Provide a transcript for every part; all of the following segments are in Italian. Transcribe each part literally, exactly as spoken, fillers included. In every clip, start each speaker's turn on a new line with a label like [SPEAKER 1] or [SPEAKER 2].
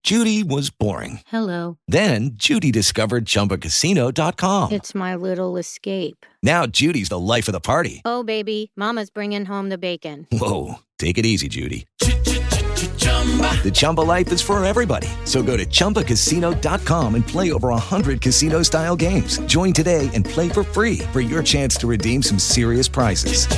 [SPEAKER 1] Judy was boring.
[SPEAKER 2] Hello.
[SPEAKER 1] Then Judy discovered Chumba Casino dot com.
[SPEAKER 2] It's my little escape.
[SPEAKER 1] Now Judy's the life of the party.
[SPEAKER 2] Oh, baby, mama's bringing home the bacon.
[SPEAKER 1] Whoa, take it easy, Judy. The Chumba life is for everybody. So go to Chumba Casino dot com and play over one hundred casino-style games. Join today and play for free for your chance to redeem some serious prizes.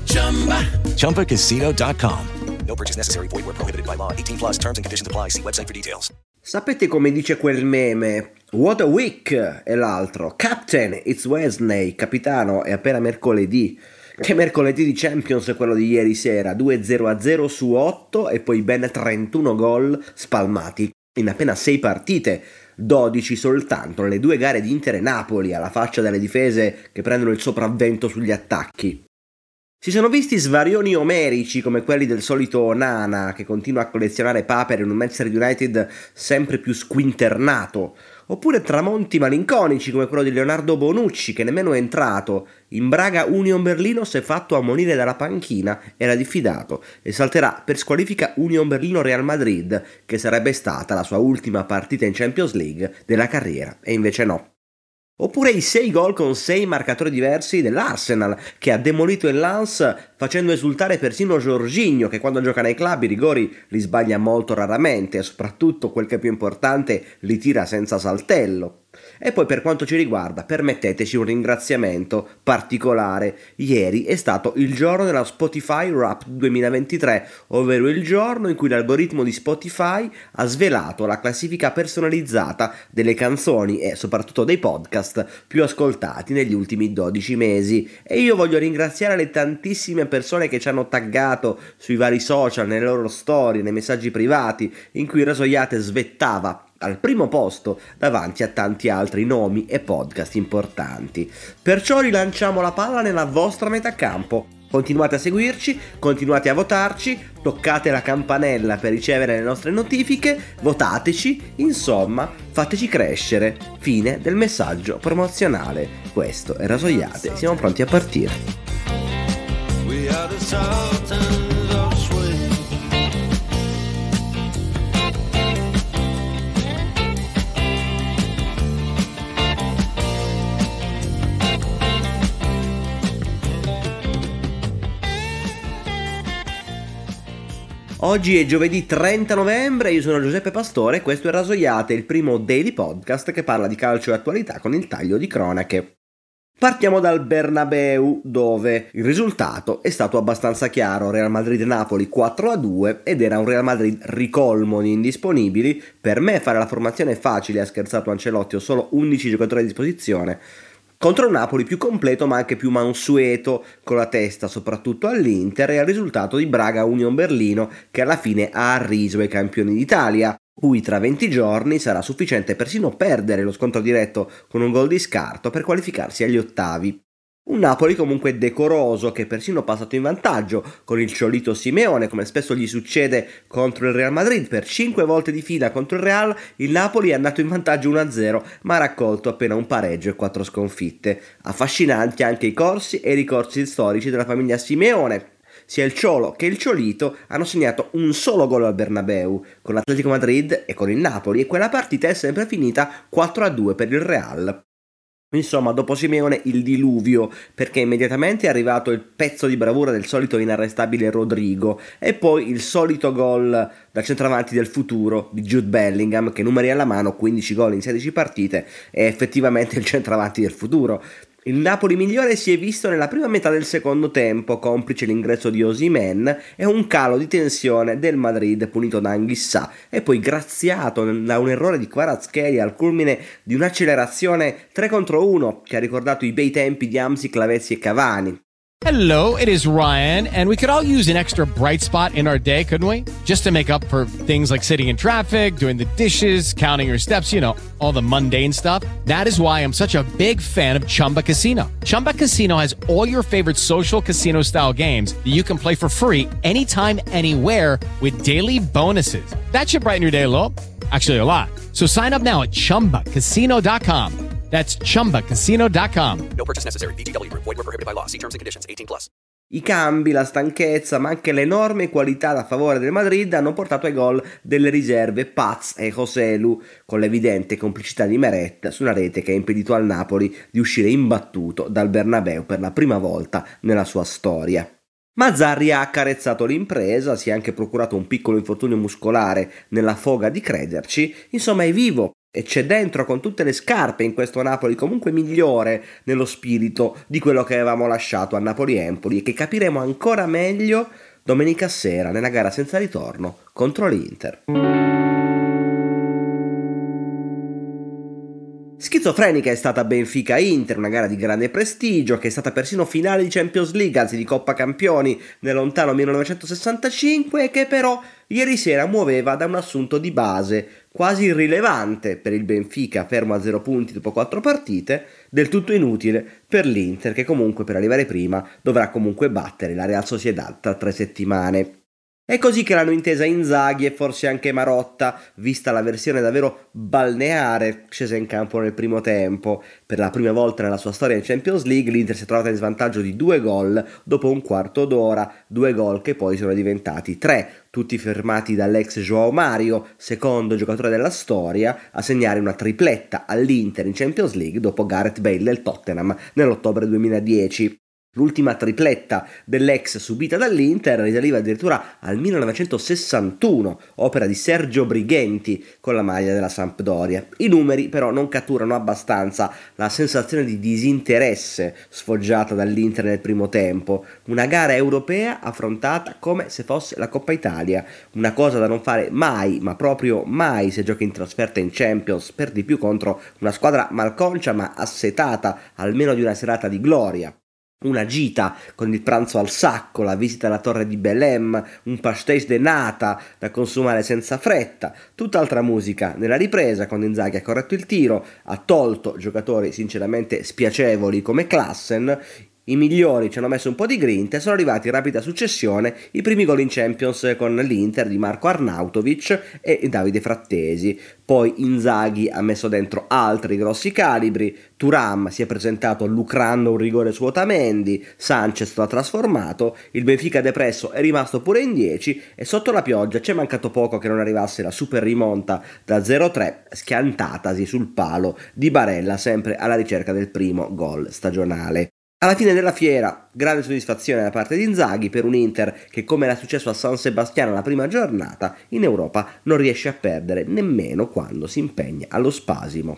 [SPEAKER 1] Chumba Casino dot com. No purchase necessary. Void where prohibited by law. eighteen plus terms and conditions apply. See website for details.
[SPEAKER 3] Sapete come dice quel meme? What a week! E l'altro. Captain, it's Wednesday. Capitano, è appena mercoledì. Che mercoledì di Champions è quello di ieri sera, due zero a zero su otto e poi ben trentuno gol spalmati in appena sei partite, dodici soltanto nelle due gare di Inter e Napoli, alla faccia delle difese che prendono il sopravvento sugli attacchi. Si sono visti svarioni omerici come quelli del solito Onana che continua a collezionare papere in un Manchester United sempre più squinternato, oppure tramonti malinconici come quello di Leonardo Bonucci che nemmeno è entrato. In Braga Union Berlino si è fatto ammonire dalla panchina, era diffidato e salterà per squalifica Union Berlino Real Madrid, che sarebbe stata la sua ultima partita in Champions League della carriera, e invece no. Oppure i sei gol con sei marcatori diversi dell'Arsenal, che ha demolito il Lens facendo esultare persino Jorginho, che quando gioca nei club i rigori li sbaglia molto raramente e soprattutto, quel che è più importante, li tira senza saltello. E poi, per quanto ci riguarda, permetteteci un ringraziamento particolare. Ieri è stato il giorno della Spotify Wrapped duemilaventitré, ovvero il giorno in cui l'algoritmo di Spotify ha svelato la classifica personalizzata delle canzoni e soprattutto dei podcast più ascoltati negli ultimi dodici mesi. E io voglio ringraziare le tantissime persone che ci hanno taggato sui vari social, nelle loro storie, nei messaggi privati, in cui Rasoiate svettava al primo posto davanti a tanti altri nomi e podcast importanti. Perciò rilanciamo la palla nella vostra metà campo. Continuate a seguirci, continuate a votarci, toccate la campanella per ricevere le nostre notifiche, votateci, insomma, fateci crescere. Fine del messaggio promozionale. Questo è Rasoiate, siamo pronti a partire. We are the Sultans of Swing. Oggi è giovedì trenta novembre, io sono Giuseppe Pastore e questo è Rasoiate, il primo daily podcast che parla di calcio e attualità con il taglio di cronache. Partiamo dal Bernabeu, dove il risultato è stato abbastanza chiaro: Real Madrid-Napoli quattro a due, ed era un Real Madrid ricolmo di indisponibili. Per me fare la formazione è facile, ha scherzato Ancelotti, ho solo undici giocatori a disposizione, contro un Napoli più completo ma anche più mansueto, con la testa soprattutto all'Inter e al risultato di Braga Union Berlino, che alla fine ha arriso ai campioni d'Italia, cui tra venti giorni sarà sufficiente persino perdere lo scontro diretto con un gol di scarto per qualificarsi agli ottavi. Un Napoli comunque decoroso, che è persino passato in vantaggio con il Ciolito Simeone, come spesso gli succede contro il Real Madrid. Per cinque volte di fila contro il Real il Napoli è andato in vantaggio uno a zero, ma ha raccolto appena un pareggio e quattro sconfitte. Affascinanti anche i corsi e i ricorsi storici della famiglia Simeone. Sia il Ciolo che il Ciolito hanno segnato un solo gol al Bernabeu, con l'Atletico Madrid e con il Napoli, e quella partita è sempre finita quattro a due per il Real. Insomma, dopo Simeone il diluvio, perché immediatamente è arrivato il pezzo di bravura del solito inarrestabile Rodrigo e poi il solito gol da centravanti del futuro di Jude Bellingham, che numeri alla mano, quindici gol in sedici partite, è effettivamente il centravanti del futuro. Il Napoli migliore si è visto nella prima metà del secondo tempo, complice l'ingresso di Osimhen e un calo di tensione del Madrid punito da Anghissà, e poi graziato da un errore di Kvaratskhelia al culmine di un'accelerazione tre contro uno che ha ricordato i bei tempi di Hamsik, Lavezzi e Cavani.
[SPEAKER 4] Hello, it is Ryan, and we could all use an extra bright spot in our day, couldn't we? Just to make up for things like sitting in traffic, doing the dishes, counting your steps, you know, all the mundane stuff. That is why I'm such a big fan of Chumba Casino. Chumba Casino has all your favorite social casino-style games that you can play for free anytime, anywhere with daily bonuses. That should brighten your day a little. Actually, a lot. So sign up now at chumba casino dot com. That's chumba casino dot com.
[SPEAKER 5] No purchase necessary. V G W Group. Void where prohibited by law. See terms and conditions. eighteen plus.
[SPEAKER 3] I cambi, la stanchezza, ma anche l'enorme qualità a favore del Madrid hanno portato ai gol delle riserve Paz e Joselu, con l'evidente complicità di Meret su una rete che ha impedito al Napoli di uscire imbattuto dal Bernabeu per la prima volta nella sua storia. Mazzarri ha accarezzato l'impresa, si è anche procurato un piccolo infortunio muscolare nella foga di crederci, insomma è vivo e c'è dentro con tutte le scarpe in questo Napoli comunque migliore nello spirito di quello che avevamo lasciato a Napoli-Empoli e che capiremo ancora meglio domenica sera nella gara senza ritorno contro l'Inter. Schizofrenica è stata Benfica-Inter, una gara di grande prestigio che è stata persino finale di Champions League, anzi di Coppa Campioni nel lontano millenovecentosessantacinque, e che però ieri sera muoveva da un assunto di base quasi irrilevante per il Benfica, fermo a zero punti dopo quattro partite, del tutto inutile per l'Inter che comunque per arrivare prima dovrà comunque battere la Real Sociedad tra tre settimane. È così che l'hanno intesa Inzaghi e forse anche Marotta, vista la versione davvero balneare scesa in campo nel primo tempo. Per la prima volta nella sua storia in Champions League l'Inter si è trovata in svantaggio di due gol dopo un quarto d'ora, due gol che poi sono diventati tre, tutti fermati dall'ex João Mario, secondo giocatore della storia, a segnare una tripletta all'Inter in Champions League dopo Gareth Bale del Tottenham nell'ottobre duemiladieci. L'ultima tripletta dell'ex subita dall'Inter risaliva addirittura al millenovecentosessantuno, opera di Sergio Brighenti con la maglia della Sampdoria. I numeri però non catturano abbastanza la sensazione di disinteresse sfoggiata dall'Inter nel primo tempo. Una gara europea affrontata come se fosse la Coppa Italia, una cosa da non fare mai, ma proprio mai se giochi in trasferta in Champions, per di più contro una squadra malconcia ma assetata almeno di una serata di gloria. Una gita con il pranzo al sacco, la visita alla torre di Belém, un pastéis de nata da consumare senza fretta, tutt'altra musica nella ripresa quando Inzaghi ha corretto il tiro, ha tolto giocatori sinceramente spiacevoli come Klassen. I migliori ci hanno messo un po' di grinta e sono arrivati in rapida successione i primi gol in Champions con l'Inter di Marco Arnautovic e Davide Frattesi. Poi Inzaghi ha messo dentro altri grossi calibri, Thuram si è presentato lucrando un rigore su Otamendi, Sanchez lo ha trasformato, il Benfica depresso è rimasto pure in dieci e sotto la pioggia c'è mancato poco che non arrivasse la super rimonta da zero tre schiantatasi sul palo di Barella, sempre alla ricerca del primo gol stagionale. Alla fine della fiera, grande soddisfazione da parte di Inzaghi per un Inter che, come era successo a San Sebastiano la prima giornata, in Europa non riesce a perdere nemmeno quando si impegna allo spasimo.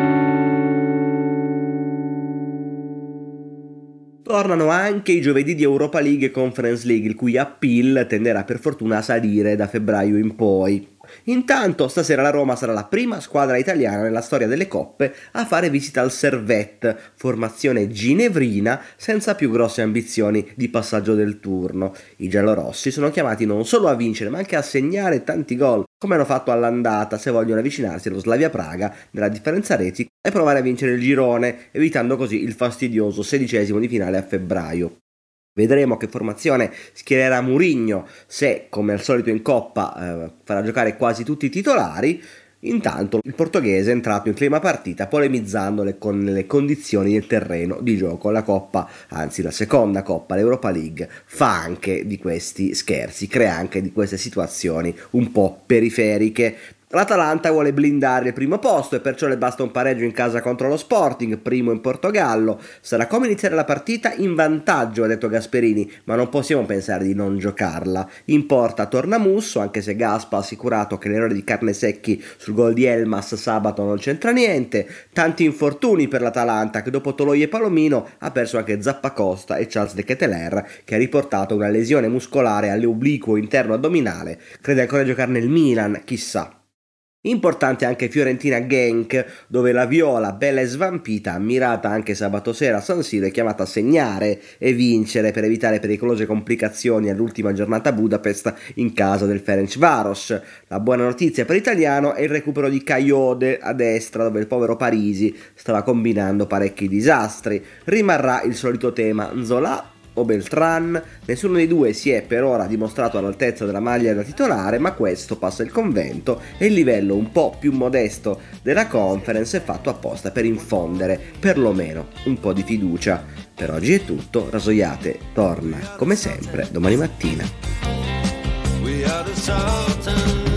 [SPEAKER 3] Tornano anche i giovedì di Europa League e Conference League, il cui appeal tenderà per fortuna a salire da febbraio in poi. Intanto stasera la Roma sarà la prima squadra italiana nella storia delle coppe a fare visita al Servette, formazione ginevrina senza più grosse ambizioni di passaggio del turno. I giallorossi sono chiamati non solo a vincere ma anche a segnare tanti gol, come hanno fatto all'andata, se vogliono avvicinarsi allo Slavia Praga nella differenza reti e provare a vincere il girone, evitando così il fastidioso sedicesimo di finale a febbraio. Vedremo che formazione schiererà Mourinho, se come al solito in Coppa eh, farà giocare quasi tutti i titolari. Intanto il portoghese è entrato in clima partita polemizzandole con le condizioni del terreno di gioco. La Coppa, anzi la seconda Coppa, l'Europa League, fa anche di questi scherzi, crea anche di queste situazioni un po' periferiche. L'Atalanta vuole blindare il primo posto e perciò le basta un pareggio in casa contro lo Sporting, primo in Portogallo. Sarà come iniziare la partita in vantaggio, ha detto Gasperini, ma non possiamo pensare di non giocarla. In porta torna Musso, anche se Gaspa ha assicurato che l'errore di Carnesecchi sul gol di Elmas sabato non c'entra niente. Tanti infortuni per l'Atalanta, che dopo Toloi e Palomino ha perso anche Zappacosta e Charles de Ketelaere, che ha riportato una lesione muscolare all'obliquo interno addominale. Crede ancora di giocare nel Milan, chissà. Importante anche Fiorentina Genk, dove la Viola, bella e svampita, ammirata anche sabato sera a San Siro, è chiamata a segnare e vincere per evitare pericolose complicazioni all'ultima giornata a Budapest in casa del Ferencváros. La buona notizia per l'italiano è il recupero di Kayode a destra, dove il povero Parisi stava combinando parecchi disastri. Rimarrà il solito tema Nzola o Beltran, nessuno dei due si è per ora dimostrato all'altezza della maglia da titolare, ma questo passa il convento e il livello un po' più modesto della Conference è fatto apposta per infondere perlomeno un po' di fiducia. Per oggi è tutto, Rasoiate torna come sempre domani mattina. We are the Sultan.